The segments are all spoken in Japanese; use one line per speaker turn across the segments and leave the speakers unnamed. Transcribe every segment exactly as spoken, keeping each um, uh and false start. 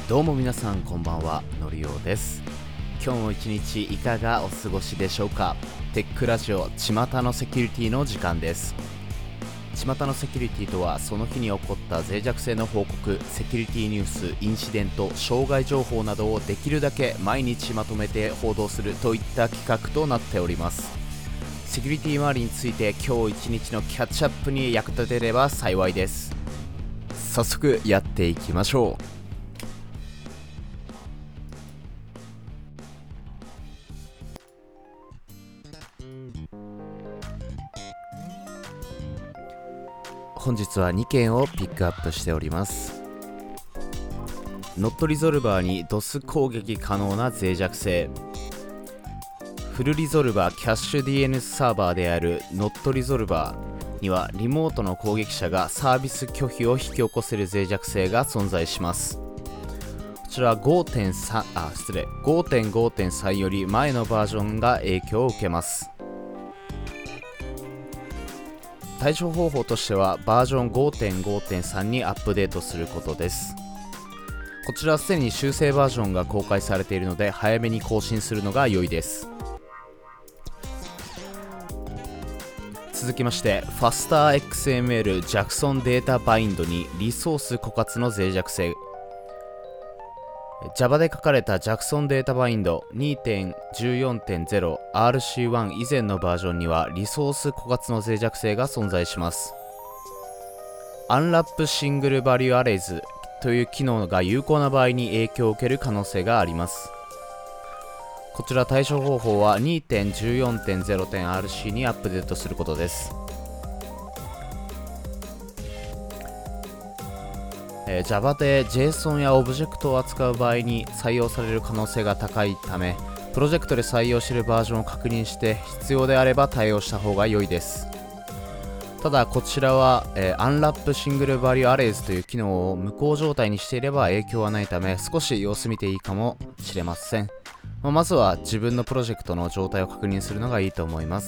どうも皆さんこんばんは、のりおです。今日も一日いかがお過ごしでしょうか。テックラジオ巷のセキュリティの時間です。巷のセキュリティとは、その日に起こった脆弱性の報告、セキュリティニュース、インシデント、障害情報などをできるだけ毎日まとめて報道するといった企画となっております。セキュリティ周りについて今日一日のキャッチアップに役立てれば幸いです。早速やっていきましょう。本日はにけんをピックアップしております。ノットリゾルバーに ドス 攻撃可能な脆弱性。フルリゾルバーキャッシュ ディーエヌエス サーバーであるノットリゾルバーには、リモートの攻撃者がサービス拒否を引き起こせる脆弱性が存在します。こちらは ごてんさん あ失礼 ごてんごてんさん より前のバージョンが影響を受けます。対処方法としては、バージョン ごてんごてんさん にアップデートすることです。こちらはすでに修正バージョンが公開されているので、早めに更新するのが良いです。続きまして、ファスター エックスエムエル JSON データバインドにリソース枯渇の脆弱性。Java で書かれた JSON データバインド にてんじゅうよんてんゼロ アールシーワン 以前のバージョンにはリソース枯渇の脆弱性が存在します。Unwrap Single Value Arrays という機能が有効な場合に影響を受ける可能性があります。こちら対処方法は にてんじゅうよんてんゼロてんアールシー にアップデートすることです。えー、Java で JSON やオブジェクトを扱う場合に採用される可能性が高いため、プロジェクトで採用しているバージョンを確認して必要であれば対応した方が良いです。ただこちらは、えー、Unwrap Single Value Arrays という機能を無効状態にしていれば影響はないため、少し様子見ていいかもしれません。まあ、まずは自分のプロジェクトの状態を確認するのがいいと思います。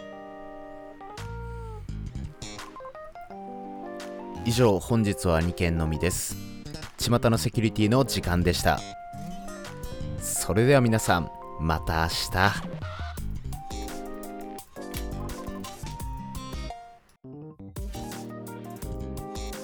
以上、本日はにけんのみです。巷のセキュリティの時間でした。それでは皆さん、また明日。